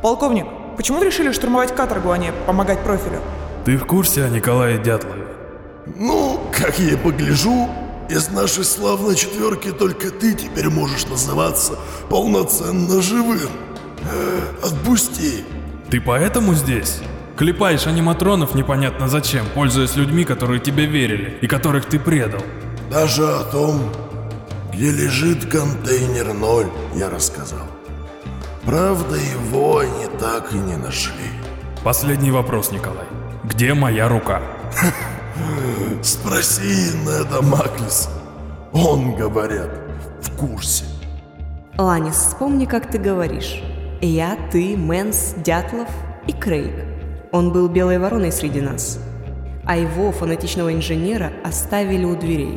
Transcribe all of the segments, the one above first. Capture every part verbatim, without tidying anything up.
Полковник, почему вы решили штурмовать каторгу, а не помогать профилю? Ты в курсе о Николае Дятлове? Ну, как я погляжу, из нашей славной четверки только ты теперь можешь называться полноценно живым. Отпусти. Ты поэтому здесь? Клепаешь аниматронов непонятно зачем, пользуясь людьми, которые тебе верили и которых ты предал. Даже о том, где лежит контейнер ноль, я рассказал. Правда, его они так и не нашли. Последний вопрос, Николай. Где моя рука? Спроси Неда Маклиса. Он, говорят, в курсе. Ланис, вспомни, как ты говоришь. Я, ты, Мэнс, Дятлов и Крейг. Он был белой вороной среди нас. А его, фанатичного инженера, оставили у дверей.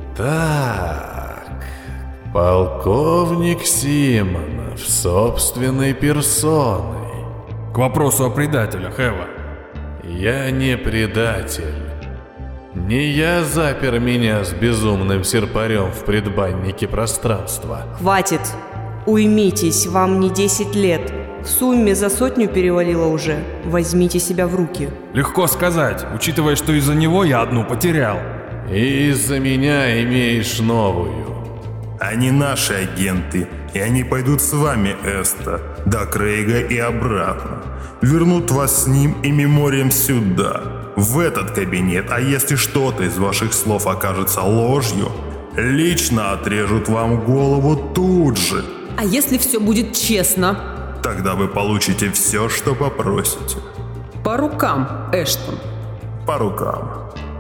Так, полковник Симонов собственной персоной. К вопросу о предателях, Эва. Я не предатель. Не я запер меня с безумным серпарем в предбаннике пространства. Хватит! Уймитесь, вам не десять лет. В сумме за сотню перевалило уже. Возьмите себя в руки. Легко сказать, учитывая, что из-за него я одну потерял. И из-за меня имеешь новую. Они наши агенты, и они пойдут с вами, Эста, до Крейга и обратно. Вернут вас с ним и меморием сюда, в этот кабинет, а если что-то из ваших слов окажется ложью, лично отрежут вам голову тут же. А если все будет честно? Тогда вы получите все, что попросите. По рукам, Эштон. По рукам.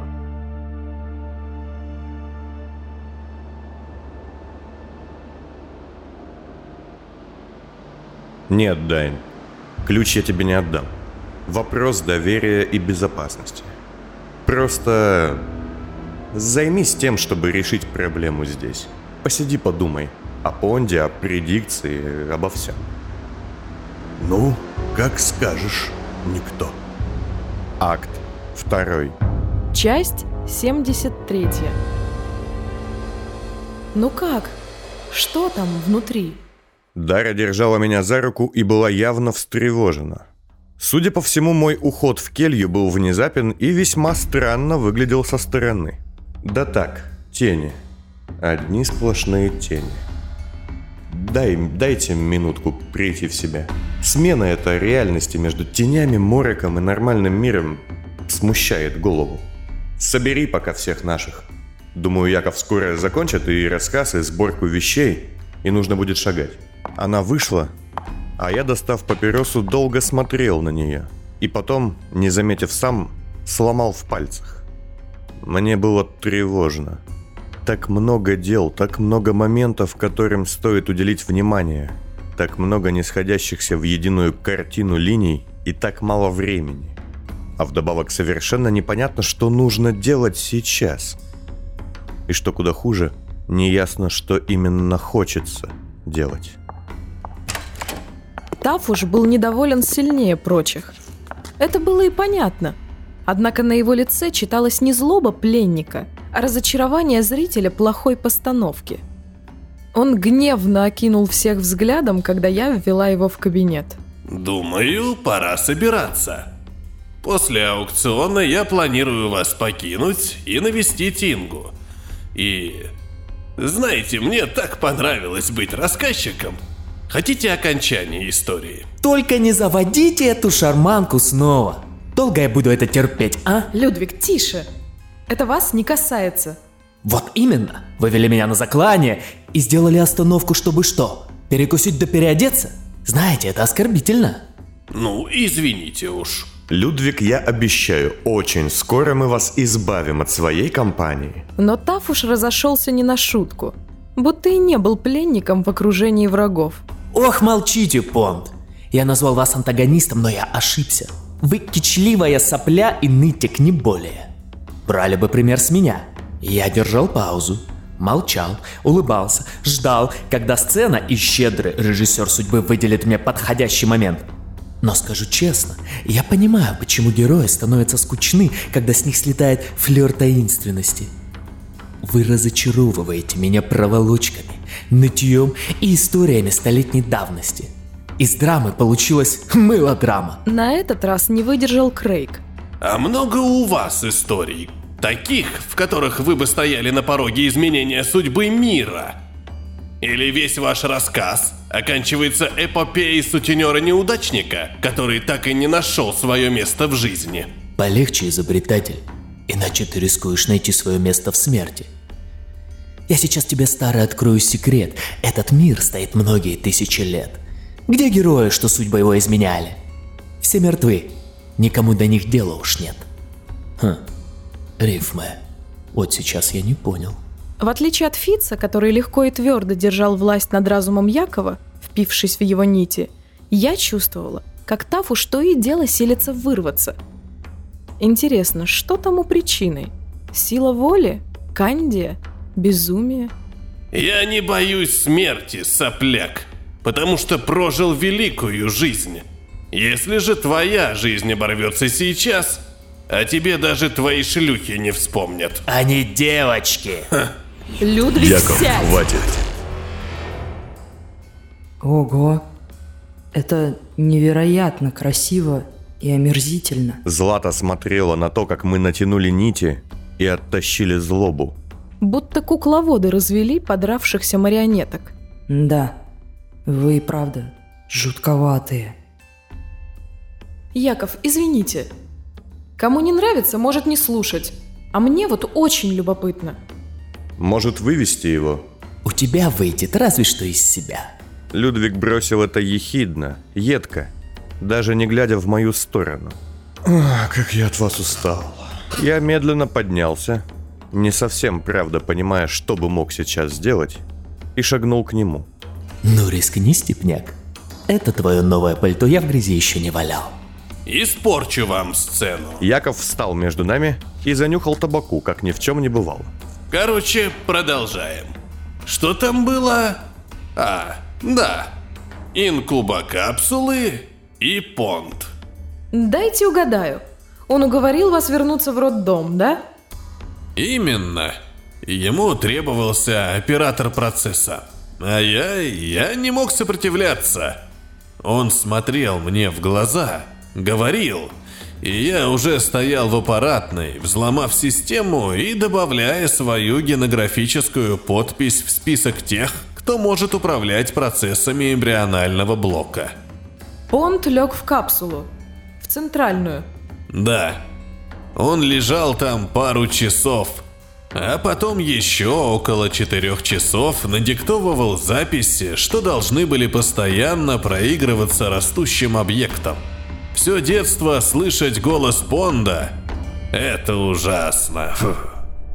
Нет, Дайн, ключ я тебе не отдам. Вопрос доверия и безопасности. Просто займись тем, чтобы решить проблему здесь. Посиди, подумай о Понде, о предикции, обо всем. Ну, как скажешь, никто. Акт второй. Часть семьдесят третья. Ну как? Что там внутри? Дарья держала меня за руку и была явно встревожена. Судя по всему, мой уход в келью был внезапен и весьма странно выглядел со стороны. Да так, тени. Одни сплошные тени. Дай, дайте минутку прийти в себя. Смена этой реальности между тенями, мороком и нормальным миром смущает голову. Собери пока всех наших. Думаю, Яков скоро закончит и рассказ, и сборку вещей, и нужно будет шагать. Она вышла, а я, достав папиросу, долго смотрел на нее. И потом, не заметив сам, сломал в пальцах. Мне было тревожно. Так много дел, так много моментов, которым стоит уделить внимание. Так много нисходящихся в единую картину линий и так мало времени. А вдобавок совершенно непонятно, что нужно делать сейчас. И что куда хуже, неясно, что именно хочется делать. Тафуш был недоволен сильнее прочих. Это было и понятно. Однако на его лице читалась не злоба пленника, а разочарование зрителя плохой постановки. Он гневно окинул всех взглядом, когда я ввела его в кабинет. Думаю, пора собираться. После аукциона я планирую вас покинуть и навестить Ингу. И... знаете, мне так понравилось быть рассказчиком. Хотите окончание истории? Только не заводите эту шарманку снова. Долго я буду это терпеть, а? Людвиг, тише. Это вас не касается. Вот именно. Вы вели меня на заклание и сделали остановку, чтобы что? Перекусить да переодеться? Знаете, это оскорбительно. Ну, извините уж. Людвиг, я обещаю, очень скоро мы вас избавим от своей компании. Но Тафуш разошелся не на шутку. Будто и не был пленником в окружении врагов. Ох, молчите, Понд. Я назвал вас антагонистом, но я ошибся. Вы кичливая сопля и нытик, не более. Брали бы пример с меня. Я держал паузу, молчал, улыбался, ждал, когда сцена и щедрый режиссер судьбы выделит мне подходящий момент. Но скажу честно, я понимаю, почему герои становятся скучны, когда с них слетает флёр таинственности. Вы разочаровываете меня проволочками, нытьем и историями столетней давности. Из драмы получилась мылодрама. На этот раз не выдержал Крейг. А много у вас историй, таких, в которых вы бы стояли на пороге изменения судьбы мира? Или весь ваш рассказ оканчивается эпопеей сутенера-неудачника, который так и не нашел свое место в жизни? Полегче, изобретатель, иначе ты рискуешь найти свое место в смерти. Я сейчас тебе, старый, открою секрет. Этот мир стоит многие тысячи лет. Где герои, что судьбы его изменяли? Все мертвы. Никому до них дела уж нет. Хм, рифмы. Вот сейчас я не понял. В отличие от Фитца, который легко и твердо держал власть над разумом Якова, впившись в его нити, я чувствовала, как Тафу что и дело силится вырваться. Интересно, что тому причиной? Сила воли? Кандия? Безумие? Я не боюсь смерти, сопляк, потому что прожил великую жизнь. Если же твоя жизнь оборвется сейчас, о тебе даже твои шлюхи не вспомнят. Они девочки. Ха. Людвиг, Яков, сядь! хватит. Ого, это невероятно красиво и омерзительно. Злата смотрела на то, как мы натянули нити и оттащили злобу. Будто кукловоды развели подравшихся марионеток. Да, вы и правда жутковатые. Яков, извините. Кому не нравится, может не слушать. А мне вот очень любопытно. Может, вывести его? У тебя выйдет разве что из себя. Людвиг бросил это ехидно, едко, даже не глядя в мою сторону. Ах, как я от вас устал. Я медленно поднялся, не совсем, правда, понимая, что бы мог сейчас сделать, и шагнул к нему. Ну рискни, степняк. Это твое новое пальто я в грязи еще не валял. Испорчу вам сцену. Яков встал между нами и занюхал табаку, как ни в чем не бывало. Короче, продолжаем. Что там было? А, да. Инкубокапсулы и понт. Дайте угадаю. Он уговорил вас вернуться в роддом, да? Именно. Ему требовался оператор процесса. А я, я не мог сопротивляться. Он смотрел мне в глаза, говорил, и я уже стоял в аппаратной, взломав систему и добавляя свою генографическую подпись в список тех, кто может управлять процессами эмбрионального блока. Понт лег в капсулу. В центральную. Да. Он лежал там пару часов, а потом еще около четырех часов надиктовывал записи, что должны были постоянно проигрываться растущим объектом. Все детство слышать голос Понда – это ужасно. Фух.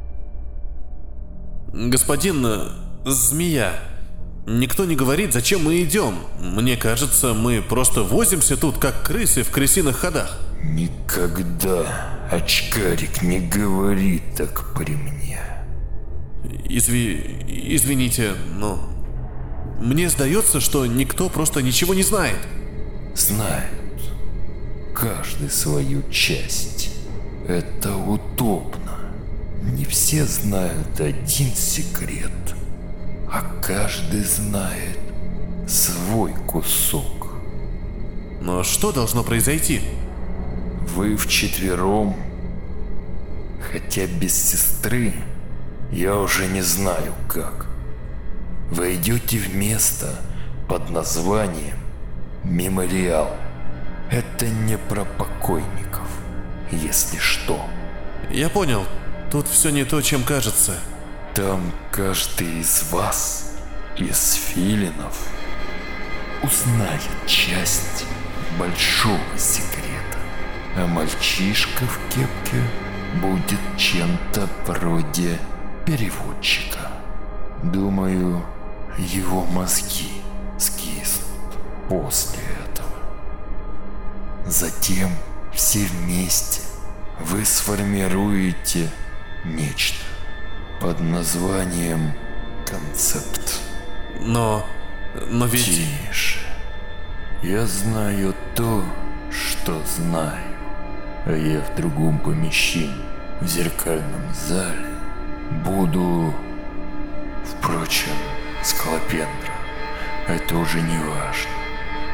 Господин э, Змея, никто не говорит, зачем мы идем. Мне кажется, мы просто возимся тут, как крысы в крысиных ходах. Никогда очкарик не говори так при мне. Изви... Извините, но... Мне сдается, что никто просто ничего не знает. Знают. Каждый свою часть. Это удобно. Не все знают один секрет, а каждый знает свой кусок. Но что должно произойти? Вы вчетвером, хотя без сестры, я уже не знаю как, войдете в место под названием Мемориал. Это не про покойников, если что. Я понял, тут все не то, чем кажется. Там каждый из вас, из филинов, узнает часть большого секрета. А мальчишка в кепке будет чем-то вроде переводчика. Думаю, его мозги скиснут после этого. Затем все вместе вы сформируете нечто под названием концепт. Но... но ведь... Тише. Я знаю то, что знаю. А я в другом помещении, в зеркальном зале, буду... Впрочем, Скалопендра, это уже не важно.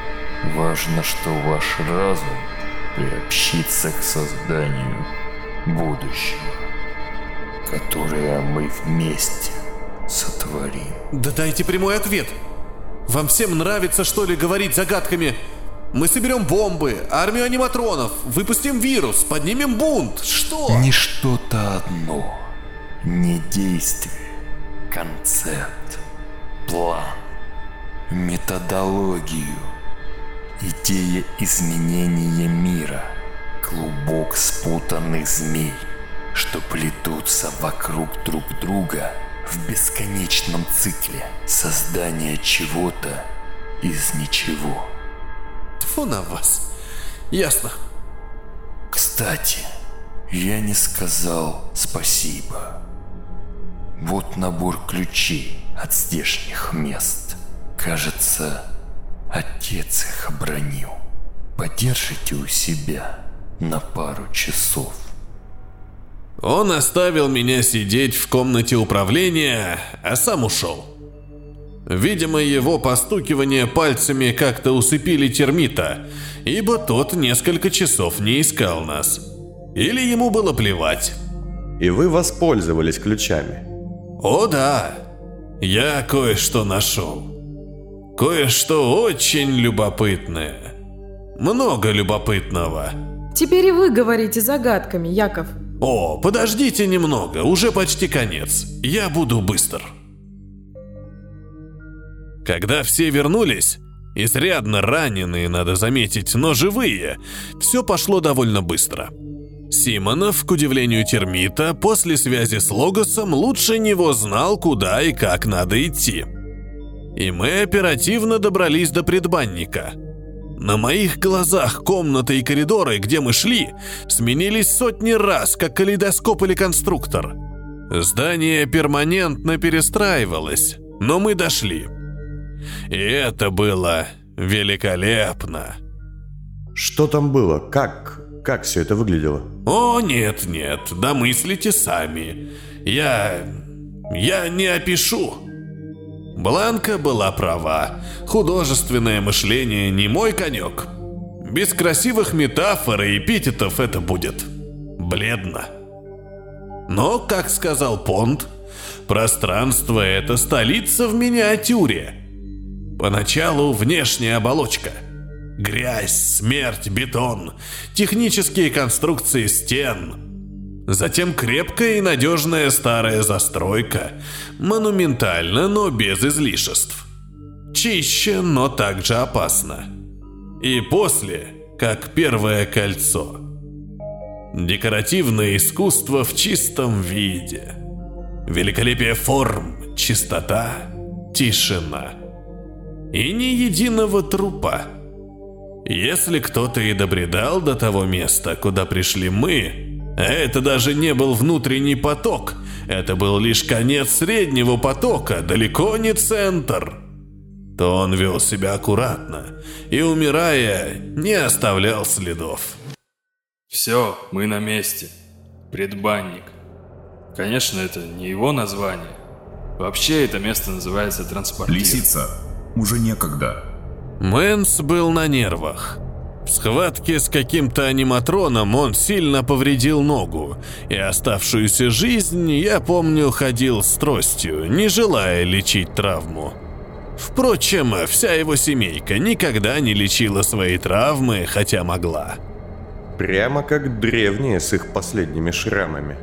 Важно, что ваш разум приобщится к созданию будущего, которое мы вместе сотворим. Да дайте прямой ответ. Вам всем нравится, что ли, говорить загадками? Мы соберем бомбы, армию аниматронов, выпустим вирус, поднимем бунт. Что? Не что-то одно. Не действие. Концепт. План. Методологию. Идея изменения мира. Клубок спутанных змей, что плетутся вокруг друг друга в бесконечном цикле создания чего-то из ничего. Тьфу на вас. Ясно. Кстати, я не сказал спасибо. Вот набор ключей от здешних мест. Кажется, отец их обронил. Подержите у себя на пару часов. Он оставил меня сидеть в комнате управления, а сам ушел. Видимо, его постукивание пальцами как-то усыпили термита, ибо тот несколько часов не искал нас. Или ему было плевать. И вы воспользовались ключами? О да, я кое-что нашел. Кое-что очень любопытное. Много любопытного. Теперь и вы говорите загадками, Яков. О, подождите немного, уже почти конец. Я буду быстр. Когда все вернулись, изрядно раненые, надо заметить, но живые, все пошло довольно быстро. Симонов, к удивлению термита, после связи с Логосом лучше него знал, куда и как надо идти. И мы оперативно добрались до предбанника. На моих глазах комнаты и коридоры, где мы шли, сменились сотни раз, как калейдоскоп или конструктор. Здание перманентно перестраивалось, но мы дошли. И это было великолепно. Что там было? Как? Как все это выглядело? О, нет, нет, домыслите сами. Я... я не опишу. Бланка была права. Художественное мышление не мой конек. Без красивых метафор и эпитетов это будет бледно. Но, как сказал Понт, пространство — это столица в миниатюре. Поначалу внешняя оболочка. Грязь, смерть, бетон, технические конструкции стен. Затем крепкая и надежная старая застройка, монументально, но без излишеств. Чище, но также опасно. И после, как первое кольцо. Декоративное искусство в чистом виде. Великолепие форм, чистота, тишина. И ни единого трупа. Если кто-то и добредал до того места, куда пришли мы, а это даже не был внутренний поток, это был лишь конец среднего потока, далеко не центр, то он вел себя аккуратно и, умирая, не оставлял следов. Все, мы на месте. Предбанник. Конечно, это не его название. Вообще, это место называется транспортир. Лисица, уже некогда. Мэнс был на нервах. В схватке с каким-то аниматроном он сильно повредил ногу, и оставшуюся жизнь, я помню, ходил с тростью, не желая лечить травму. Впрочем, вся его семейка никогда не лечила свои травмы, хотя могла. Прямо как древние с их последними шрамами.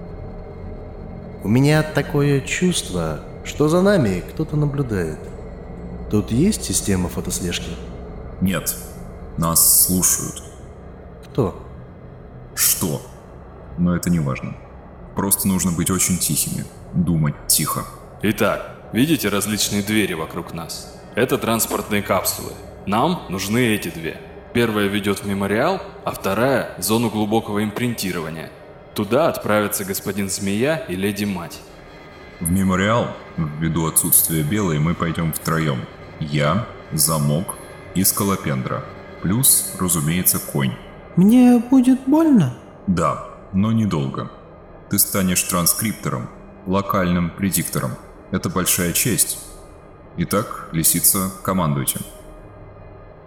У меня такое чувство, что за нами кто-то наблюдает. Тут есть система фотослежки? Нет, нас слушают. Кто? Что? Но это не важно. Просто нужно быть очень тихими, думать тихо. Итак, видите различные двери вокруг нас? Это транспортные капсулы. Нам нужны эти две. Первая ведет в мемориал, а вторая – в зону глубокого импринтирования. Туда отправятся господин Змея и леди Мать. В мемориал, ввиду отсутствия Белой, мы пойдем втроем. Я, Замок и Скалопендра. Плюс, разумеется, конь. Мне будет больно? Да, но недолго. Ты станешь транскриптором, локальным предиктором. Это большая честь. Итак, Лисица, командуйте.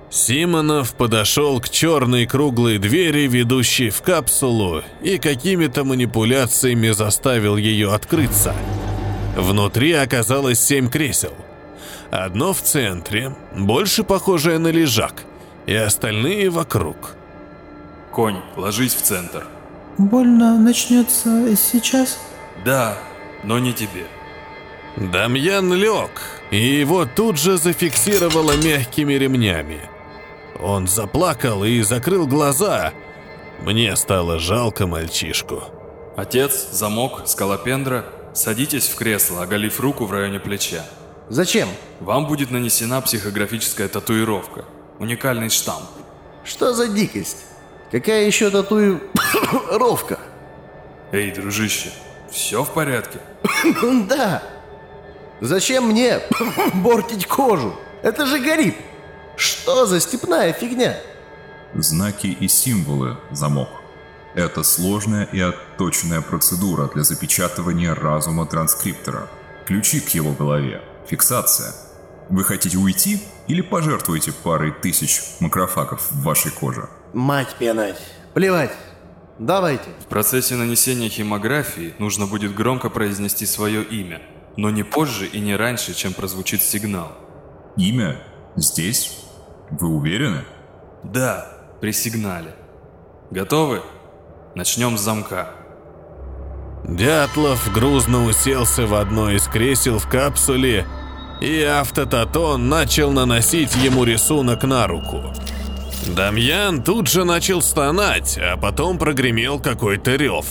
Симонов подошел к черной круглой двери, ведущей в капсулу, и какими-то манипуляциями заставил ее открыться. Внутри оказалось семь кресел. Одно в центре, больше похожее на лежак, и остальные вокруг. Конь, ложись в центр. Больно начнется сейчас? Да, но не тебе. Дамьян лег, и его тут же зафиксировало мягкими ремнями. Он заплакал и закрыл глаза. Мне стало жалко мальчишку. Отец, Замок, Скалопендра, садитесь в кресло, оголив руку в районе плеча. Зачем? Вам будет нанесена психографическая татуировка. Уникальный штамп. Что за дикость? Какая еще татуировка? Эй, дружище, все в порядке? Да. Зачем мне портить кожу? Это же горит. Что за степная фигня? Знаки и символы, Замок. Это сложная и отточенная процедура для запечатывания разума транскриптора. Ключи к его голове. Фиксация. Вы хотите уйти или пожертвуете парой тысяч макрофагов в вашей коже? Мать пенать. Плевать. Давайте. В процессе нанесения хемографии нужно будет громко произнести свое имя, но не позже и не раньше, чем прозвучит сигнал. Имя? Здесь? Вы уверены? Да, при сигнале. Готовы? Начнем с замка. Дятлов грузно уселся в одно из кресел в капсуле, и автотатон начал наносить ему рисунок на руку. Дамьян тут же начал стонать, а потом прогремел какой-то рев.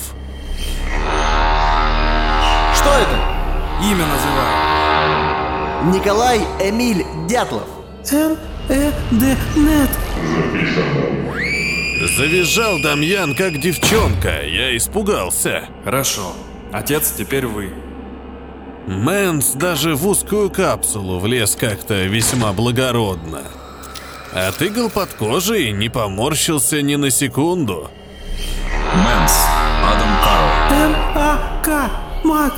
Что это? Имя называй. Николай Эмиль Дятлов. эн э дэ нет. Завизжал Дамьян, как девчонка. Я испугался. Хорошо. Отец, теперь вы. Мэнс даже в узкую капсулу влез как-то весьма благородно. Отыгал под кожей, не поморщился ни на секунду. Мэнс, Адам Карл. эм а ка, маг.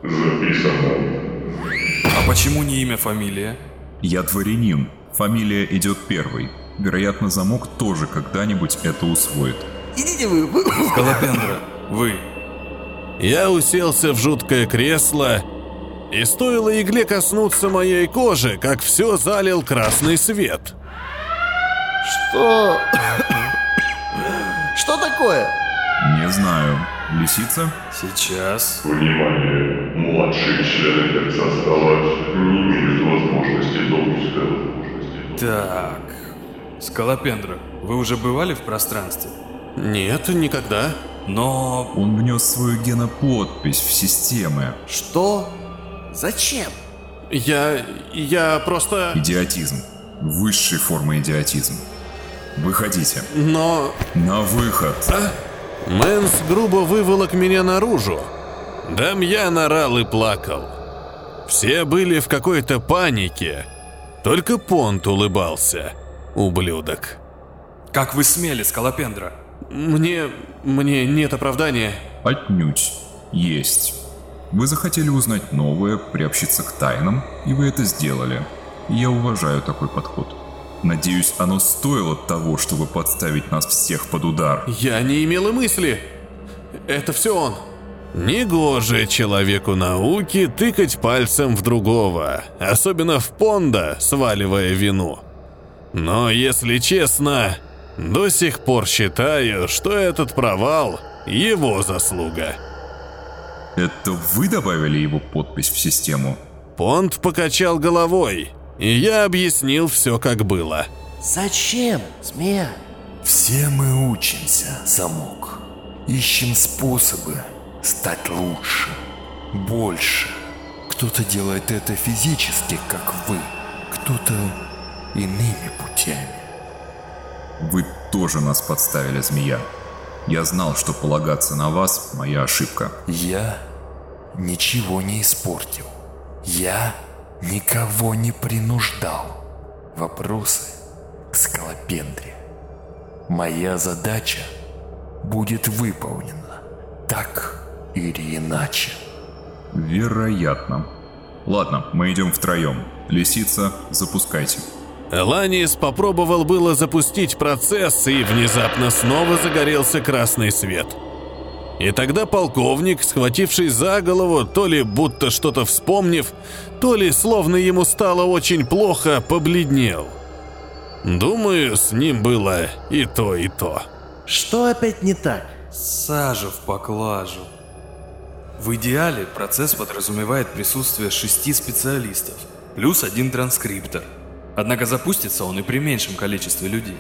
А почему не имя, фамилия? Я дворянин. Фамилия идет первой. Вероятно, Замок тоже когда-нибудь это усвоит. Идите вы. Скалопендра, вы. Я уселся в жуткое кресло, и стоило игле коснуться моей кожи, как все залил красный свет. Что? Что такое? Не знаю. Лисица? Сейчас. Внимание! Младшие члены кольца Скалат не имеют возможности допуска. Так. Скалопендра, вы уже бывали в пространстве? Нет, никогда. Но... Он внес свою геноподпись в системы. Что? Зачем? Я... я просто... Идиотизм. Высшей формы идиотизм. Выходите. Но... На выход. А? Мэнс грубо выволок меня наружу. Дамьян орал и плакал. Все были в какой-то панике. Только Понт улыбался. Ублюдок. Как вы смели, Скалопендра? Мне... мне нет оправдания. Отнюдь. Есть. Вы захотели узнать новое, приобщиться к тайнам, и вы это сделали. Я уважаю такой подход. Надеюсь, оно стоило того, чтобы подставить нас всех под удар. Я не имел и мысли. Это все он. Негоже человеку науки тыкать пальцем в другого, особенно в Понда, сваливая вину. Но, если честно, до сих пор считаю, что этот провал – его заслуга. Это вы добавили его подпись в систему? Понт покачал головой, и я объяснил все, как было. Зачем, змея? Все мы учимся, Замок. Ищем способы стать лучше, больше. Кто-то делает это физически, как вы, кто-то иными путями. Вы тоже нас подставили, змея. Я знал, что полагаться на вас – моя ошибка. Я ничего не испортил. Я никого не принуждал. Вопросы к Скалопендре. Моя задача будет выполнена, так или иначе. Вероятно. Ладно, мы идем втроем. Лисица, запускайте. Эланис попробовал было запустить процесс, и внезапно снова загорелся красный свет. И тогда полковник, схватившись за голову, то ли будто что-то вспомнив, то ли словно ему стало очень плохо, побледнел. Думаю, с ним было и то, и то. Что опять не так? Сажа в поклажу. В идеале процесс подразумевает присутствие шести специалистов, плюс один транскриптор. Однако запустится он и при меньшем количестве людей.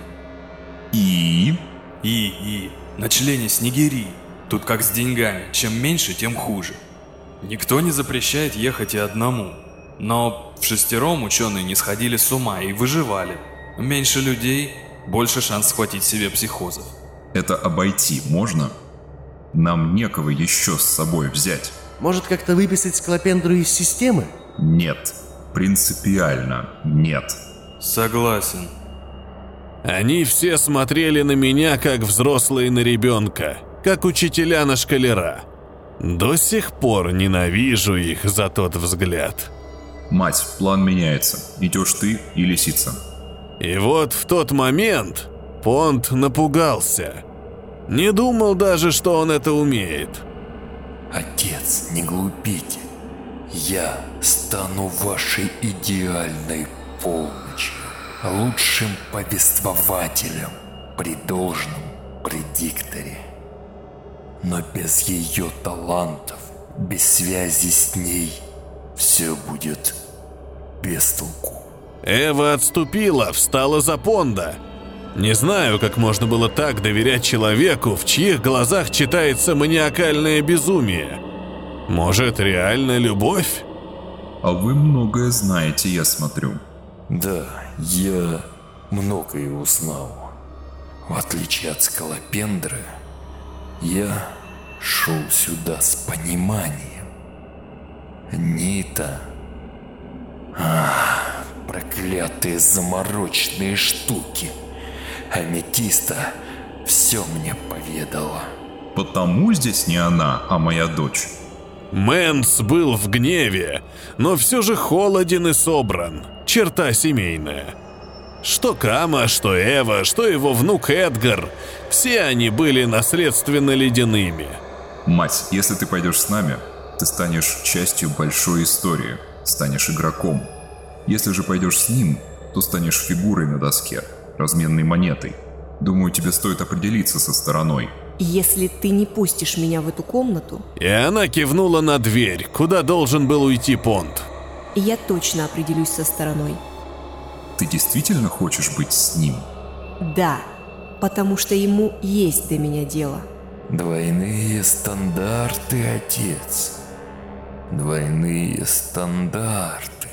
И? И, и. На члене Снегири. Тут как с деньгами, чем меньше, тем хуже. Никто не запрещает ехать и одному. Но в шестером ученые не сходили с ума и выживали. Меньше людей, больше шанс схватить себе психозов. Это обойти можно? Нам некого еще с собой взять. Может, как-то выписать скалопендру из системы? Нет. Принципиально нет. Согласен. Они все смотрели на меня, как взрослые на ребенка, как учителя на школяра. До сих пор ненавижу их за тот взгляд. Мать, план меняется. Идешь ты и лисица. И вот в тот момент Понт напугался. Не думал даже, что он это умеет. Отец, не глупите. Я стану вашей идеальной полночью, лучшим повествователем при должном предикторе. Но без ее талантов, без связи с ней, все будет без толку. Эва отступила, встала за Понда. Не знаю, как можно было так доверять человеку, в чьих глазах читается маниакальное безумие. Может, реально любовь? А вы многое знаете, я смотрю. Да, я многое узнал. В отличие от скалопендры, я шел сюда с пониманием. Нита... Ах, проклятые замороченные штуки. Аметиста все мне поведала. Потому здесь не она, а моя дочь. Мэнс был в гневе, но все же холоден и собран. Черта семейная. Что Кама, что Эва, что его внук Эдгар, все они были наследственно ледяными. Мать, если ты пойдешь с нами, ты станешь частью большой истории, станешь игроком. Если же пойдешь с ним, то станешь фигурой на доске, разменной монетой. Думаю, тебе стоит определиться со стороной. Если ты не пустишь меня в эту комнату... И она кивнула на дверь, куда должен был уйти Понт. Я точно определюсь со стороной. Ты действительно хочешь быть с ним? Да, потому что ему есть до меня дело. Двойные стандарты, отец. Двойные стандарты.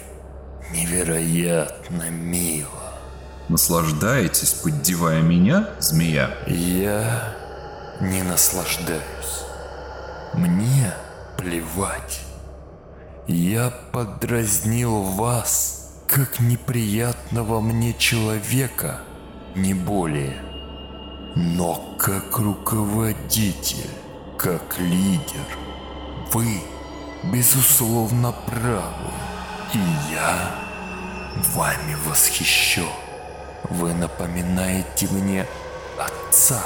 Невероятно мило. Наслаждаетесь, поддевая меня, змея? Я не наслаждаюсь. Мне плевать. Я подразнил вас, как неприятного мне человека, не более. Но как руководитель, как лидер, вы, безусловно, правы. И я вами восхищен. Вы напоминаете мне отца,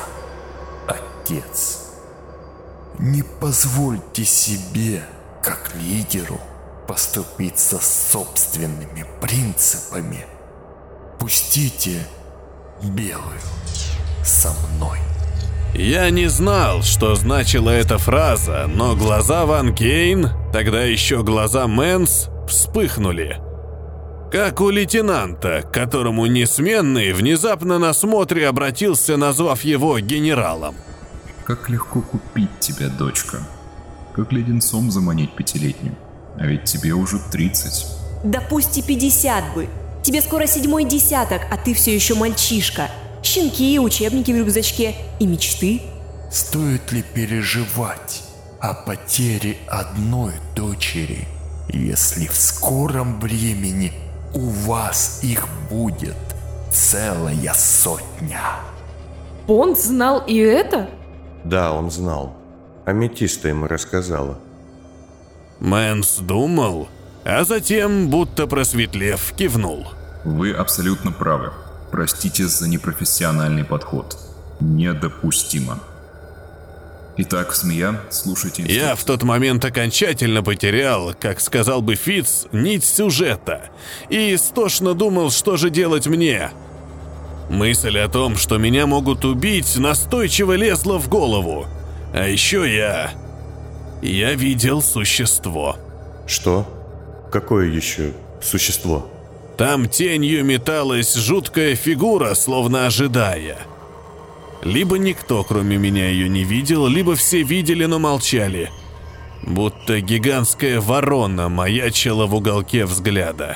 отец. Не позвольте себе, как лидеру, поступиться собственными принципами. Пустите белую со мной. Я не знал, что значила эта фраза, но глаза Ван Кейн, тогда еще глаза Мэнс, вспыхнули. Как у лейтенанта, к которому несменный внезапно на смотре обратился, назвав его генералом. Как легко купить тебя, дочка. Как леденцом заманить пятилетнюю. А ведь тебе уже тридцать. Да пусть и пятьдесят бы. Тебе скоро седьмой десяток, а ты все еще мальчишка. Щенки, учебники в рюкзачке и мечты. Стоит ли переживать о потере одной дочери, если в скором времени у вас их будет целая сотня? Понт знал и это? Да, он знал. Аметиста ему рассказала. Мэнс думал, а затем, будто просветлев, кивнул. Вы абсолютно правы. Простите за непрофессиональный подход. Недопустимо. Итак, змея, слушайте инструкции. Я в тот момент окончательно потерял, как сказал бы Фитц, нить сюжета. И истошно думал, что же делать мне. Мысль о том, что меня могут убить, настойчиво лезла в голову. А еще я... Я видел существо. Что? Какое еще существо? Там тенью металась жуткая фигура, словно ожидая. Либо никто, кроме меня, ее не видел, либо все видели, но молчали. Будто гигантская ворона маячила в уголке взгляда.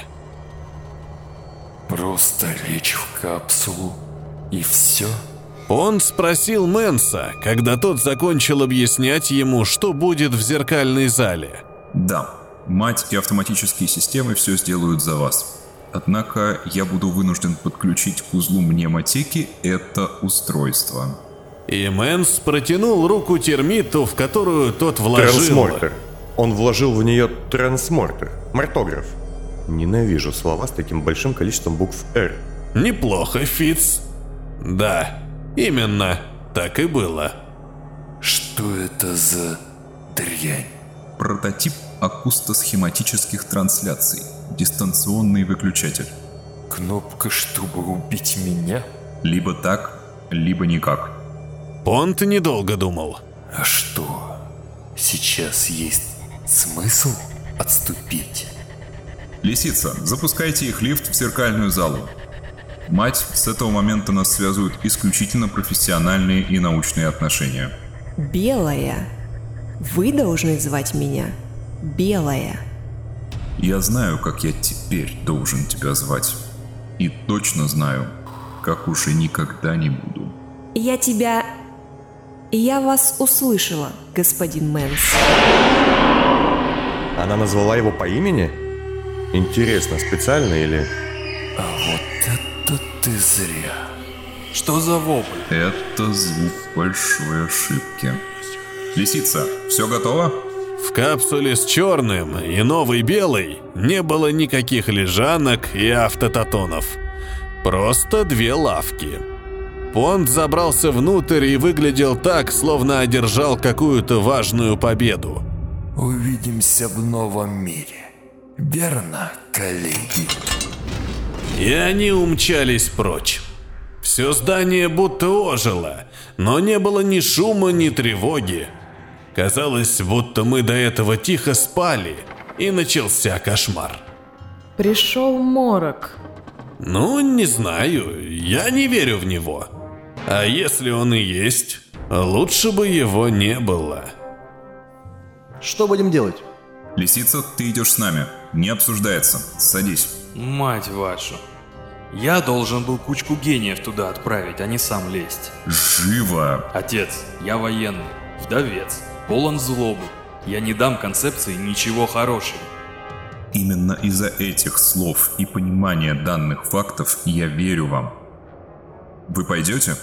Просто лечь в капсулу и все? Он спросил Мэнса, когда тот закончил объяснять ему, что будет в зеркальной зале. Да, мать и автоматические системы все сделают за вас. Однако я буду вынужден подключить к узлу мнемотеки это устройство. И Мэнс протянул руку термиту, в которую тот вложил... Трансмортер. Он вложил в нее трансмортер. Мортограф. Ненавижу слова с таким большим количеством букв «Р». Неплохо, Фитц. Да, именно так и было. Что это за дрянь? Прототип акустосхематических трансляций. Дистанционный выключатель. Кнопка, чтобы убить меня? Либо так, либо никак. Понт недолго думал. А что? Сейчас есть смысл отступить? Лисица, запускайте их лифт в зеркальную залу. Мать, с этого момента нас связывают исключительно профессиональные и научные отношения. Белая. Вы должны звать меня Белая. Я знаю, как я теперь должен тебя звать. И точно знаю, как уже никогда не буду. Я тебя... Я вас услышала, господин Мэнс. Она назвала его по имени? Интересно, специально или... А вот это ты зря. Что за вопль? Это звук большой ошибки. Лисица, все готово? В капсуле с черным и новой белой не было никаких лежанок и автотатонов. Просто две лавки. Понт забрался внутрь и выглядел так, словно одержал какую-то важную победу. Увидимся в новом мире. Верно, коллеги? И они умчались прочь. Все здание будто ожило, но не было ни шума, ни тревоги. Казалось, будто мы до этого тихо спали, и начался кошмар. Пришел морок. Ну, не знаю, я не верю в него. А если он и есть, лучше бы его не было. Что будем делать? Лисица, ты идешь с нами. Не обсуждается. Садись. Мать вашу. Я должен был кучку гениев туда отправить, а не сам лезть. Живо! Отец, я военный, вдовец, полон злобы. Я не дам концепции ничего хорошего. Именно из-за этих слов и понимания данных фактов я верю вам. Вы пойдете?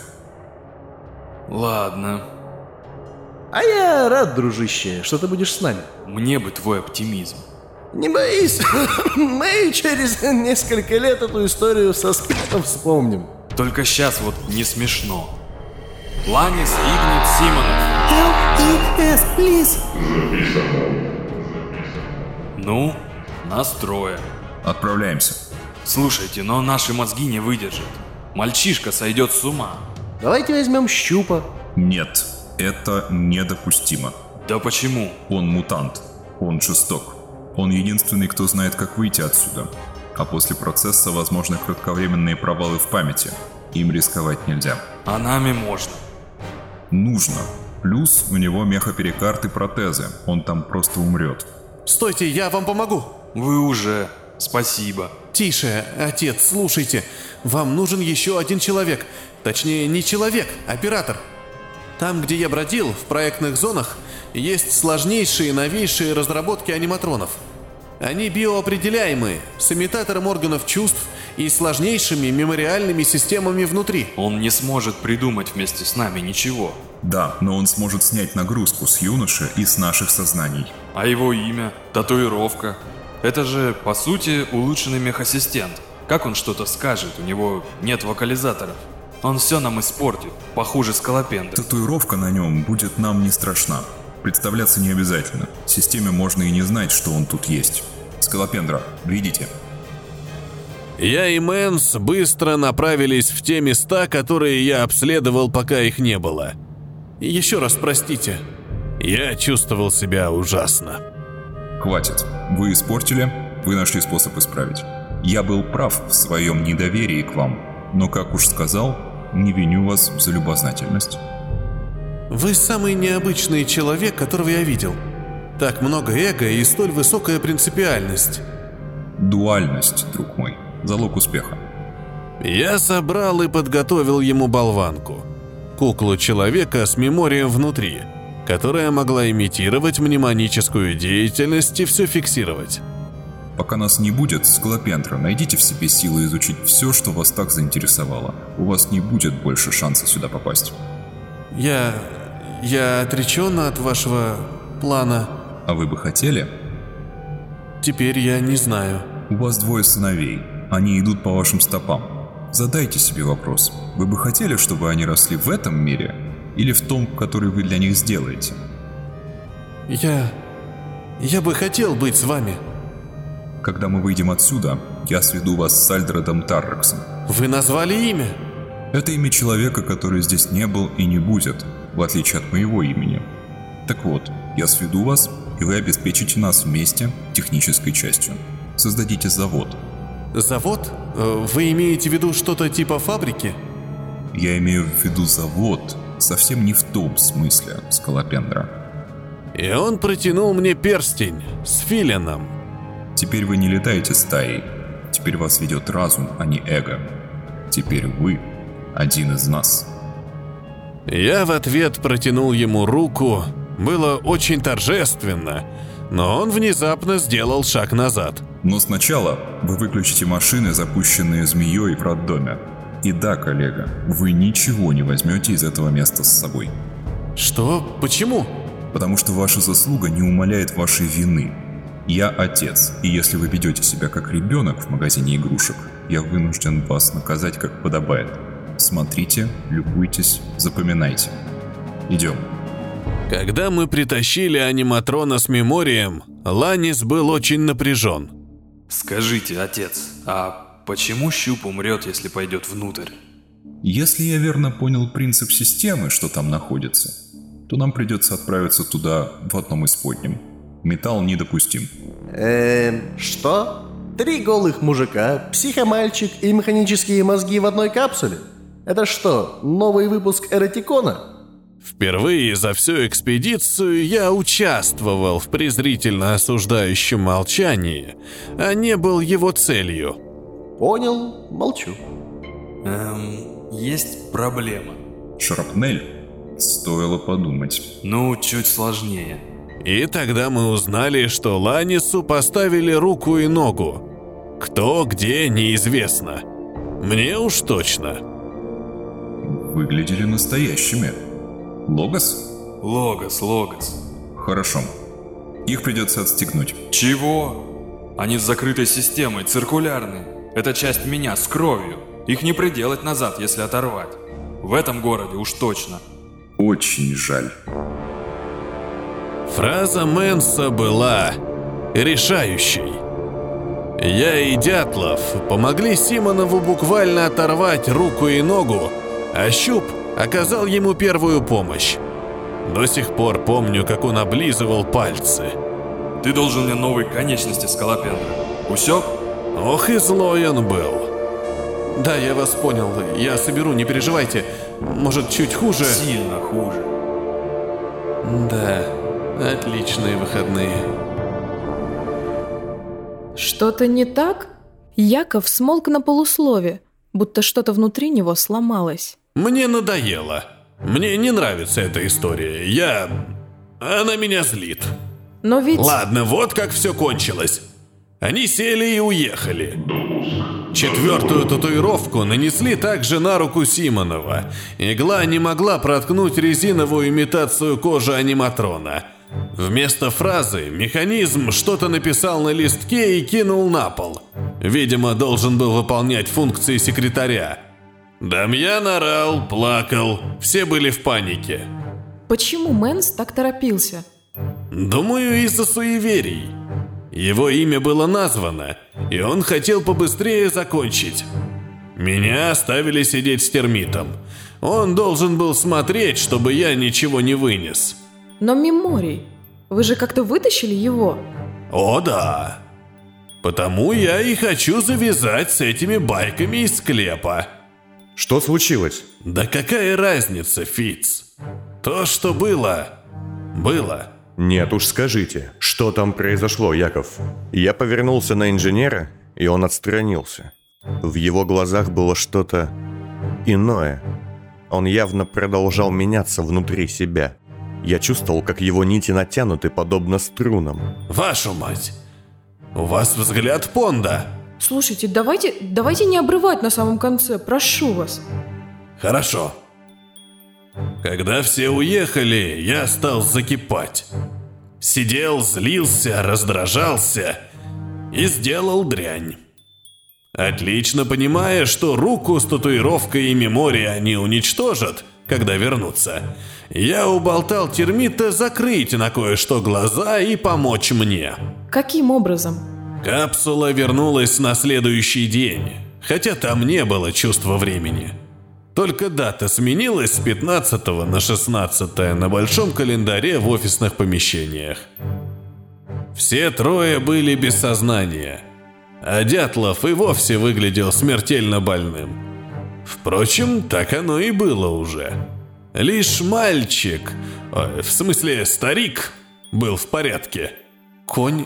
Ладно. А я рад, дружище, что ты будешь с нами. Мне бы твой оптимизм. Не боись, мы через несколько лет эту историю со скрипом вспомним. Только сейчас вот не смешно. Ланис Игнит Симонов. L E S, please. Записано. Ну, настроя. Отправляемся. Слушайте, но наши мозги не выдержат. Мальчишка сойдет с ума. Давайте возьмем щупа. Нет, это недопустимо. Да почему? Он мутант. Он жесток. Он единственный, кто знает, как выйти отсюда. А после процесса возможны кратковременные провалы в памяти. Им рисковать нельзя. А нами можно. Нужно. Плюс у него мехаперикард и протезы. Он там просто умрет. Стойте, я вам помогу. Вы уже. Спасибо. Тише, отец, слушайте. Вам нужен еще один человек. Точнее, не человек, оператор. Там, где я бродил, в проектных зонах, есть сложнейшие новейшие разработки аниматронов. Они биоопределяемые, с имитатором органов чувств и сложнейшими мемориальными системами внутри. Он не сможет придумать вместе с нами ничего. Да, но он сможет снять нагрузку с юноши и с наших сознаний. А его имя, татуировка. Это же, по сути, улучшенный мехассистент. Как он что-то скажет? У него нет вокализаторов. Он все нам испортит, похуже скалопендры. Татуировка на нем будет нам не страшна. Представляться не обязательно. В системе можно и не знать, что он тут есть. Скалопендра, видите? Я и Мэнс быстро направились в те места, которые я обследовал, пока их не было. Еще раз простите. Я чувствовал себя ужасно. Хватит. Вы испортили, вы нашли способ исправить. Я был прав в своем недоверии к вам, но, как уж сказал, не виню вас за любознательность. Вы самый необычный человек, которого я видел. Так много эго и столь высокая принципиальность. Дуальность, друг мой, залог успеха. Я собрал и подготовил ему болванку. Куклу человека с меморией внутри, которая могла имитировать мнемоническую деятельность и все фиксировать. Пока нас не будет, Скалопендра, найдите в себе силы изучить все, что вас так заинтересовало. У вас не будет больше шанса сюда попасть. Я... я отречен от вашего плана. А вы бы хотели? Теперь я не знаю. У вас двое сыновей. Они идут по вашим стопам. Задайте себе вопрос. Вы бы хотели, чтобы они росли в этом мире? Или в том, который вы для них сделаете? Я... я бы хотел быть с вами. Когда мы выйдем отсюда, я сведу вас с Альдредом Таррексом. Вы назвали имя? Это имя человека, который здесь не был и не будет, в отличие от моего имени. Так вот, я сведу вас, и вы обеспечите нас вместе технической частью. Создадите завод. Завод? Вы имеете в виду что-то типа фабрики? Я имею в виду завод, совсем не в том смысле, Скалопендра. И он протянул мне перстень с филином. Теперь вы не летаете стаей. Теперь вас ведет разум, а не эго. Теперь вы один из нас. Я в ответ протянул ему руку. Было очень торжественно, но он внезапно сделал шаг назад. Но сначала вы выключите машины, запущенные змеей в роддоме. И да, коллега, вы ничего не возьмете из этого места с собой. Что? Почему? Потому что ваша заслуга не умаляет вашей вины. Я отец, и если вы ведете себя как ребенок в магазине игрушек, я вынужден вас наказать как подобает. Смотрите, любуйтесь, запоминайте. Идем. Когда мы притащили аниматрона с меморием, Ланнис был очень напряжен. Скажите, отец, а почему Щуп умрет, если пойдет внутрь? Если я верно понял принцип системы, что там находится, то нам придется отправиться туда в одном из подним. Металл недопустим. Эм, что? Три голых мужика, психомальчик и механические мозги в одной капсуле? Это что, новый выпуск Эротикона? Впервые за всю экспедицию я участвовал в презрительно осуждающем молчании, а не был его целью. Понял, молчу. Эм, есть проблема. Шрапнель? Стоило подумать. Ну, чуть сложнее. И тогда мы узнали, что Ланнису поставили руку и ногу. Кто, где, неизвестно. Мне уж точно. Выглядели настоящими. Логос? Логос, Логос. Хорошо. Их придется отстегнуть. Чего? Они с закрытой системой, циркулярные. Это часть меня с кровью. Их не приделать назад, если оторвать. В этом городе уж точно. Очень жаль. Фраза Мэнса была решающей. Я и Дятлов помогли Симонову буквально оторвать руку и ногу, а Щуп оказал ему первую помощь. До сих пор помню, как он облизывал пальцы. Ты должен мне новые конечности, Скалопендра. Усек? Ох и злой он был. Да, я вас понял. Я соберу, не переживайте. Может, чуть хуже? Сильно хуже. Да, отличные выходные. Что-то не так? Яков смолк на полуслове, будто что-то внутри него сломалось. Мне надоело. Мне не нравится эта история. Я... Она меня злит. Но ведь... Ладно, вот как все кончилось. Они сели и уехали. Четвертую татуировку нанесли также на руку Симонова. Игла не могла проткнуть резиновую имитацию кожи аниматрона. Вместо фразы механизм что-то написал на листке и кинул на пол. Видимо, должен был выполнять функции секретаря. Дамьян орал, плакал, все были в панике. Почему Мэнс так торопился? Думаю, из-за суеверий. Его имя было названо, и он хотел побыстрее закончить. Меня оставили сидеть с термитом. Он должен был смотреть, чтобы я ничего не вынес. Но Меморий, вы же как-то вытащили его? О да. Потому я и хочу завязать с этими байками из склепа. Что случилось? Да какая разница, Фиц? То, что было, было. Нет уж, скажите, что там произошло, Яков? Я повернулся на инженера, и он отстранился. В его глазах было что-то иное. Он явно продолжал меняться внутри себя. Я чувствовал, как его нити натянуты, подобно струнам. Вашу мать! У вас взгляд Понда. Слушайте, давайте, давайте не обрывать на самом конце, прошу вас. Хорошо. Когда все уехали, я стал закипать. Сидел, злился, раздражался и сделал дрянь. Отлично понимая, что руку с татуировкой и Мемории они уничтожат, когда вернутся, я уболтал термита закрыть на кое-что глаза и помочь мне. Каким образом? Капсула вернулась на следующий день, хотя там не было чувства времени. Только дата сменилась с пятнадцатого на шестнадцатое на большом календаре в офисных помещениях. Все трое были без сознания, а Дятлов и вовсе выглядел смертельно больным. Впрочем, так оно и было уже. Лишь мальчик, в смысле старик, был в порядке. Конь...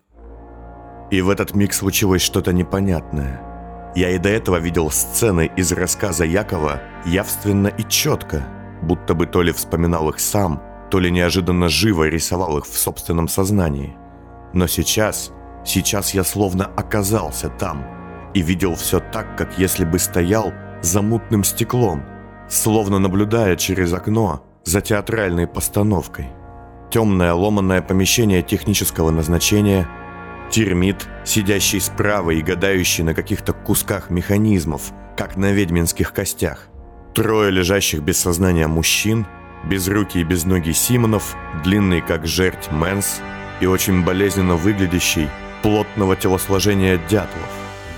И в этот миг случилось что-то непонятное. Я и до этого видел сцены из рассказа Якова явственно и четко, будто бы то ли вспоминал их сам, то ли неожиданно живо рисовал их в собственном сознании. Но сейчас, сейчас я словно оказался там и видел все так, как если бы стоял за мутным стеклом, словно наблюдая через окно за театральной постановкой. Темное ломаное помещение технического назначения, термит, сидящий справа и гадающий на каких-то кусках механизмов, как на ведьминских костях. Трое лежащих без сознания мужчин, безрукий и безногий Симонов, длинный как жерть Мэнс и очень болезненно выглядящий, плотного телосложения Дятлов.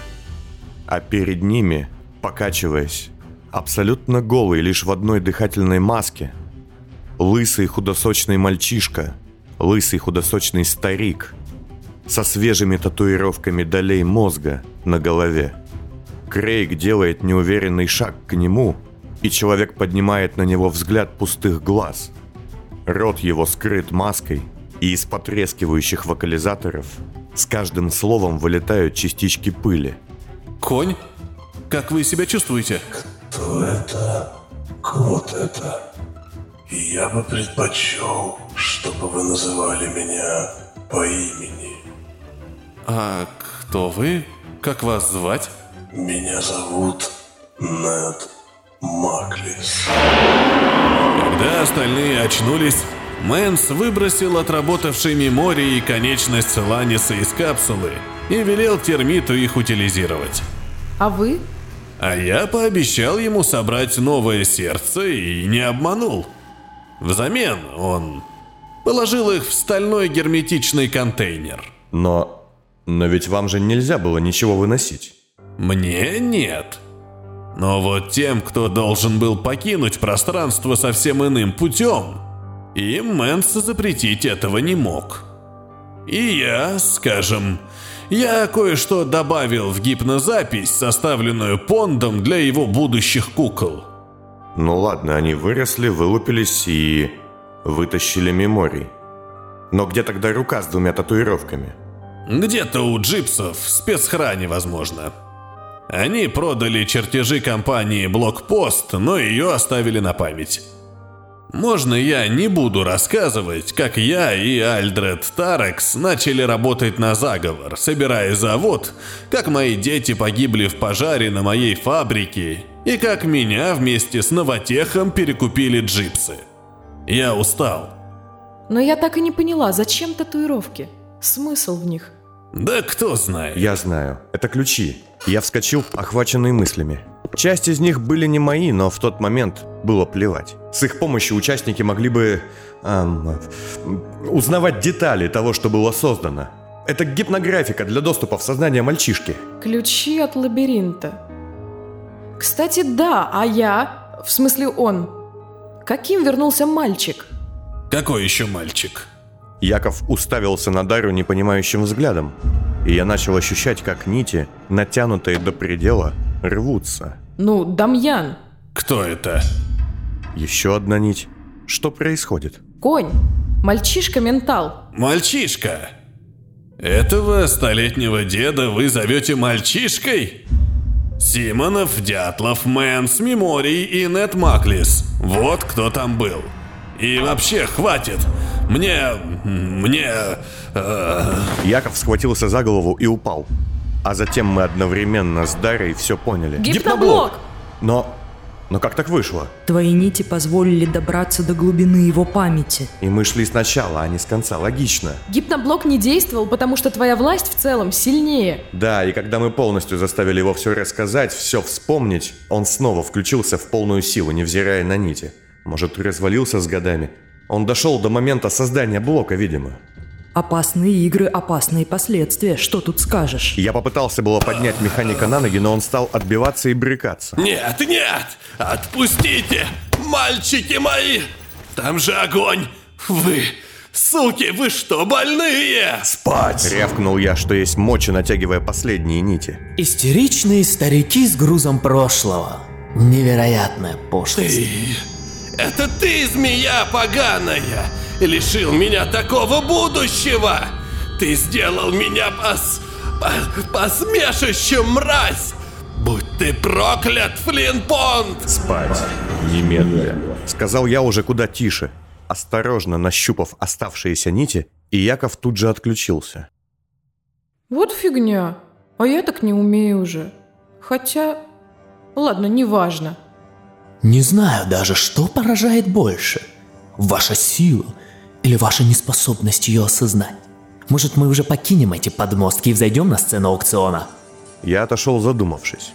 А перед ними, покачиваясь, абсолютно голый лишь в одной дыхательной маске, лысый худосочный мальчишка, лысый худосочный старик со свежими татуировками долей мозга на голове. Крейг делает неуверенный шаг к нему, и человек поднимает на него взгляд пустых глаз. Рот его скрыт маской, и из потрескивающих вокализаторов с каждым словом вылетают частички пыли. Конь? Как вы себя чувствуете? Кто это? Вот это. И я бы предпочел, чтобы вы называли меня по имени. А кто вы? Как вас звать? Меня зовут Нед Маклис. Когда остальные очнулись, Мэнс выбросил отработавший Мемории конечность Ланиса из капсулы и велел термиту их утилизировать. А вы? А я пообещал ему собрать новое сердце и не обманул. Взамен он положил их в стальной герметичный контейнер. Но... но ведь вам же нельзя было ничего выносить. Мне нет. Но вот тем, кто должен был покинуть пространство совсем иным путем, им Мэнс запретить этого не мог. И я, скажем, я кое-что добавил в гипнозапись, составленную Пондом для его будущих кукол. Ну ладно, они выросли, вылупились и вытащили Меморий. Но где тогда рука с двумя татуировками? Где-то у джипсов в спецхране, возможно. Они продали чертежи компании «Блокпост», но ее оставили на память. Можно я не буду рассказывать, как я и Альдред Тарекс начали работать на заговор, собирая завод, как мои дети погибли в пожаре на моей фабрике и как меня вместе с Новотехом перекупили джипсы. Я устал. Но я так и не поняла, зачем татуировки? Смысл в них? Да кто знает. Я знаю. Это ключи. Я вскочил, охваченный мыслями. Часть из них были не мои, но в тот момент было плевать. С их помощью участники могли бы эм, узнавать детали того, что было создано. Это гипнографика для доступа в сознание мальчишки. Ключи от лабиринта. Кстати, да, а я, в смысле он, каким вернулся мальчик? Какой еще мальчик? Яков уставился на Дарью непонимающим взглядом, и я начал ощущать, как нити, натянутые до предела, рвутся. Ну, Дамьян. Кто это? Еще одна нить. Что происходит? Конь. Мальчишка-ментал. Мальчишка? Этого столетнего деда вы зовете мальчишкой? Симонов, Дятлов, Мэнс, Меморий и Нет Маклис. Вот кто там был. И вообще, хватит. Мне... мне... Э... Яков схватился за голову и упал. А затем мы одновременно с Дарьей все поняли. Гипноблок! Но... но как так вышло? Твои нити позволили добраться до глубины его памяти. И мы шли сначала, а не с конца, логично. Гипноблок не действовал, потому что твоя власть в целом сильнее. Да, и когда мы полностью заставили его все рассказать, все вспомнить, он снова включился в полную силу, невзирая на нити. Может, развалился с годами. Он дошел до момента создания блока, видимо. Опасные игры, опасные последствия. Что тут скажешь? Я попытался было поднять механика на ноги, но он стал отбиваться и брыкаться. Нет, нет! Отпустите! Мальчики мои! Там же огонь! Вы... суки, вы что, больные? Спать! Рявкнул я, что есть мочи, натягивая последние нити. Истеричные старики с грузом прошлого. Невероятная пошлость. Ты... это ты, змея поганая! Лишил меня такого будущего! Ты сделал меня пос... пос... посмешищем, мразь! Будь ты проклят, Флинпонд! Спать. Немедленно. Сказал я уже куда тише, осторожно нащупав оставшиеся нити, и Яков тут же отключился. Вот фигня. А я так не умею уже. Хотя... ладно, неважно. Не знаю даже, что поражает больше. Ваша сила или ваша неспособность ее осознать. Может, мы уже покинем эти подмостки и взойдем на сцену аукциона? Я отошел, задумавшись.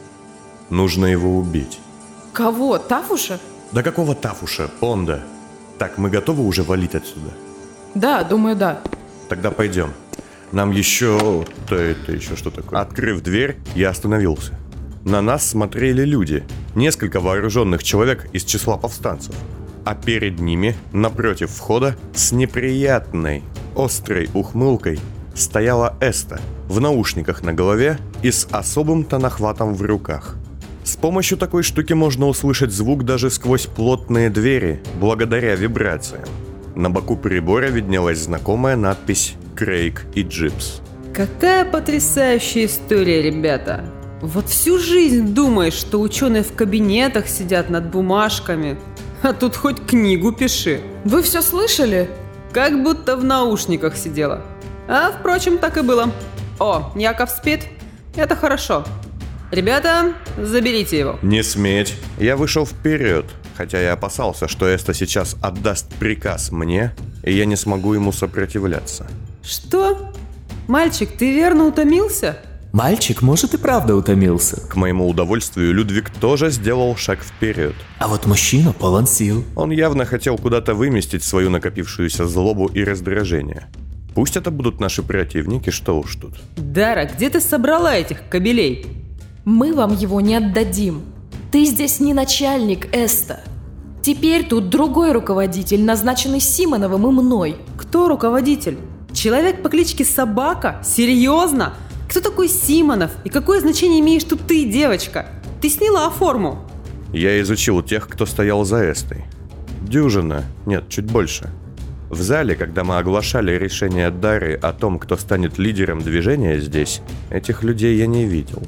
Нужно его убить. Кого? Тафуша? Да какого Тафуша? Понда. Так, мы готовы уже валить отсюда? Да, думаю, да. Тогда пойдем. Нам еще... Да это еще что такое? Открыв дверь, я остановился. На нас смотрели люди. Несколько вооруженных человек из числа повстанцев. А перед ними, напротив входа, с неприятной, острой ухмылкой, стояла Эста в наушниках на голове и с особым тонохватом в руках. С помощью такой штуки можно услышать звук даже сквозь плотные двери, благодаря вибрациям. На боку прибора виднелась знакомая надпись «Крейг и Джипс». Какая потрясающая история, ребята! Вот всю жизнь думаешь, что ученые в кабинетах сидят над бумажками, а тут хоть книгу пиши. Вы все слышали? Как будто в наушниках сидела. А, впрочем, так и было. О, Яков спит? Это хорошо. Ребята, заберите его. Не сметь. Я вышел вперед, хотя я опасался, что Эста сейчас отдаст приказ мне, и я не смогу ему сопротивляться. Что? Мальчик, ты верно утомился? Мальчик, может, и правда утомился. К моему удовольствию, Людвиг тоже сделал шаг вперед. А вот мужчина полон сил. Он явно хотел куда-то выместить свою накопившуюся злобу и раздражение. Пусть это будут наши противники, что уж тут. Дара, где ты собрала этих кобелей? Мы вам его не отдадим. Ты здесь не начальник, Эста. Теперь тут другой руководитель, назначенный Симоновым и мной. Кто руководитель? Человек по кличке Собака? Серьезно? Кто такой Симонов? И какое значение имеешь тут ты, девочка? Ты сняла форму? Я изучил тех, кто стоял за Эстой. Дюжина, нет, чуть больше. В зале, когда мы оглашали решение Дары о том, кто станет лидером движения здесь, этих людей я не видел.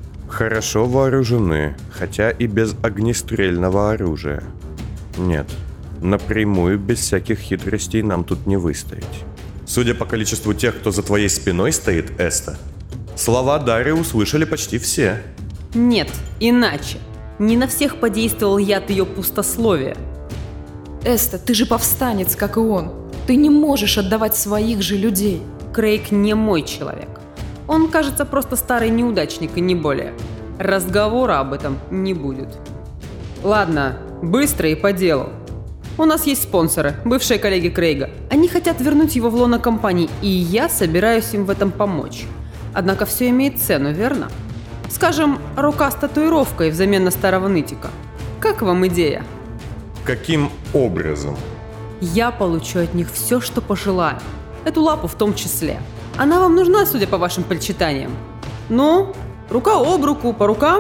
Хорошо вооружены, хотя и без огнестрельного оружия. Нет, напрямую, без всяких хитростей нам тут не выстоять. Судя по количеству тех, кто за твоей спиной стоит, Эста, слова Дары услышали почти все. Нет, иначе. Не на всех подействовал яд ее пустословия. Эста, ты же повстанец, как и он. Ты не можешь отдавать своих же людей. Крейг не мой человек. Он, кажется, просто старый неудачник и не более. Разговора об этом не будет. Ладно, быстро и по делу. У нас есть спонсоры, бывшие коллеги Крейга. Они хотят вернуть его в лоно компании, и я собираюсь им в этом помочь. Однако все имеет цену, верно? Скажем, рука с татуировкой взамен на старого нытика. Как вам идея? Каким образом? Я получу от них все, что пожелаю. Эту лапу в том числе. Она вам нужна, судя по вашим причитаниям. Ну, рука об руку, по рукам?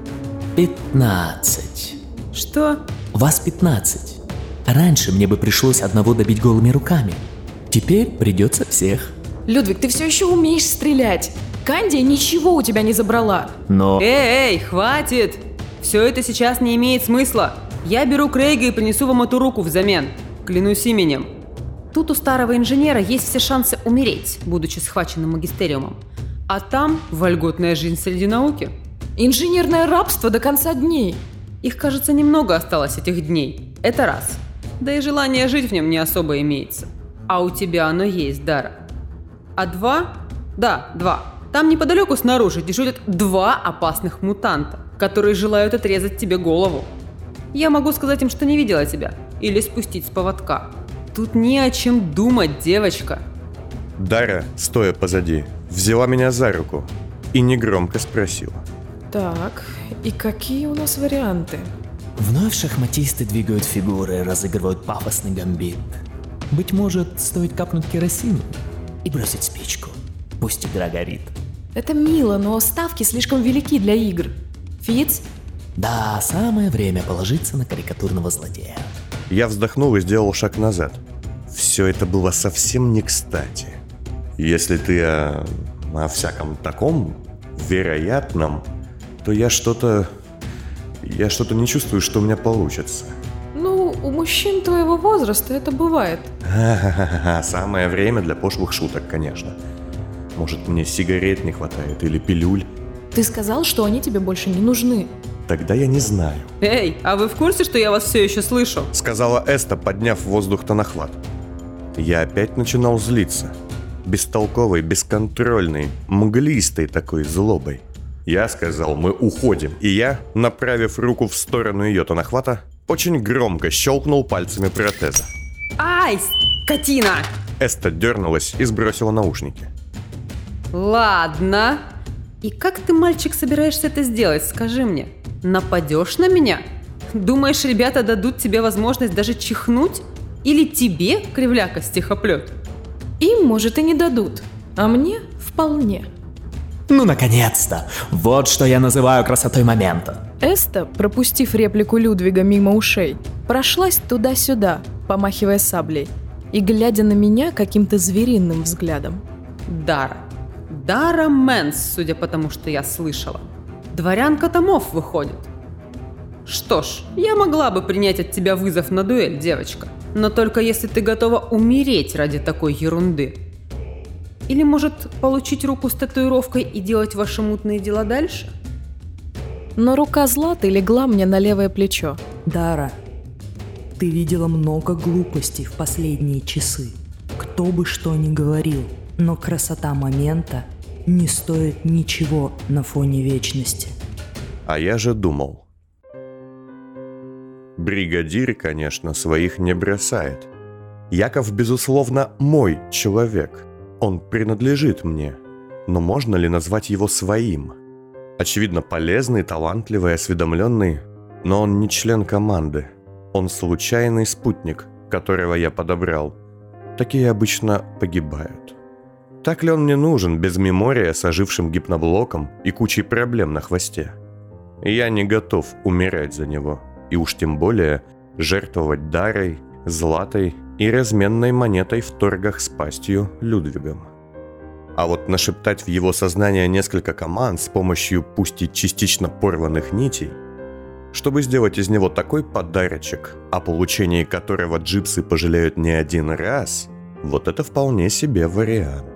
пятнадцать. Что? Вас пятнадцать. Раньше мне бы пришлось одного добить голыми руками. Теперь придется всех. Людвиг, ты все еще умеешь стрелять. Кандия ничего у тебя не забрала. Но... Эй, эй, хватит! Все это сейчас не имеет смысла. Я беру Крейга и принесу вам эту руку взамен. Клянусь именем. Тут у старого инженера есть все шансы умереть, будучи схваченным магистериумом. А там вольготная жизнь среди науки. Инженерное рабство до конца дней. Их, кажется, немного осталось этих дней. Это раз. Да и желание жить в нем не особо имеется. А у тебя оно есть, Дара. А два? Да, два. Там неподалеку снаружи дежурят два опасных мутанта, которые желают отрезать тебе голову. Я могу сказать им, что не видела тебя. Или спустить с поводка. Тут не о чем думать, девочка. Дара, стоя позади, взяла меня за руку и негромко спросила. Так, и какие у нас варианты? Вновь шахматисты двигают фигуры, разыгрывают пафосный гамбит. Быть может, стоит капнуть керосину и бросить спичку. Пусть игра горит. Это мило, но ставки слишком велики для игр. Фиц? Да, самое время положиться на карикатурного злодея. Я вздохнул и сделал шаг назад. Все это было совсем не кстати. Если ты о, о всяком таком вероятном, то я что-то... Я что-то не чувствую, что у меня получится. Ну, у мужчин твоего возраста это бывает. Ха-ха-ха, самое время для пошлых шуток, конечно. Может, мне сигарет не хватает или пилюль? Ты сказал, что они тебе больше не нужны. Тогда я не знаю. Эй, а вы в курсе, что я вас все еще слышу? Сказала Эста, подняв в воздух тонахват. Я опять начинал злиться. Бестолковой, бесконтрольной, мглистой такой злобой. Я сказал, мы уходим. И я, направив руку в сторону ее тонахвата, очень громко щелкнул пальцами протеза. Ай, скотина! Эста дернулась и сбросила наушники. Ладно. И как ты, мальчик, собираешься это сделать, скажи мне? Нападешь на меня? Думаешь, ребята дадут тебе возможность даже чихнуть? Или тебе, кривляка, стихоплет? Им, может, и не дадут, а мне вполне. Ну, наконец-то! Вот что я называю красотой момента. Эста, пропустив реплику Людвига мимо ушей, прошлась туда-сюда, помахивая саблей, и глядя на меня каким-то звериным взглядом. Дара. Дара Мэнс, судя по тому, что я слышала. Дворянка томов выходит. Что ж, я могла бы принять от тебя вызов на дуэль, девочка. Но только если ты готова умереть ради такой ерунды. Или, может, получить руку с татуировкой и делать ваши мутные дела дальше? Но рука Златы легла мне на левое плечо. Дара, ты видела много глупостей в последние часы. Кто бы что ни говорил, но красота момента не стоит ничего на фоне вечности. А я же думал. Бригадир, конечно, своих не бросает. Яков, безусловно, мой человек. Он принадлежит мне. Но можно ли назвать его своим? Очевидно, полезный, талантливый, осведомленный. Но он не член команды. Он случайный спутник, которого я подобрал. Такие обычно погибают. Так ли он мне нужен, без мемория, с ожившим гипноблоком и кучей проблем на хвосте? Я не готов умирать за него. И уж тем более жертвовать Дарой, Златой и разменной монетой в торгах с пастью Людвигом. А вот нашептать в его сознание несколько команд с помощью пусть и частично порванных нитей, чтобы сделать из него такой подарочек, о получении которого джипсы пожалеют не один раз, вот это вполне себе вариант.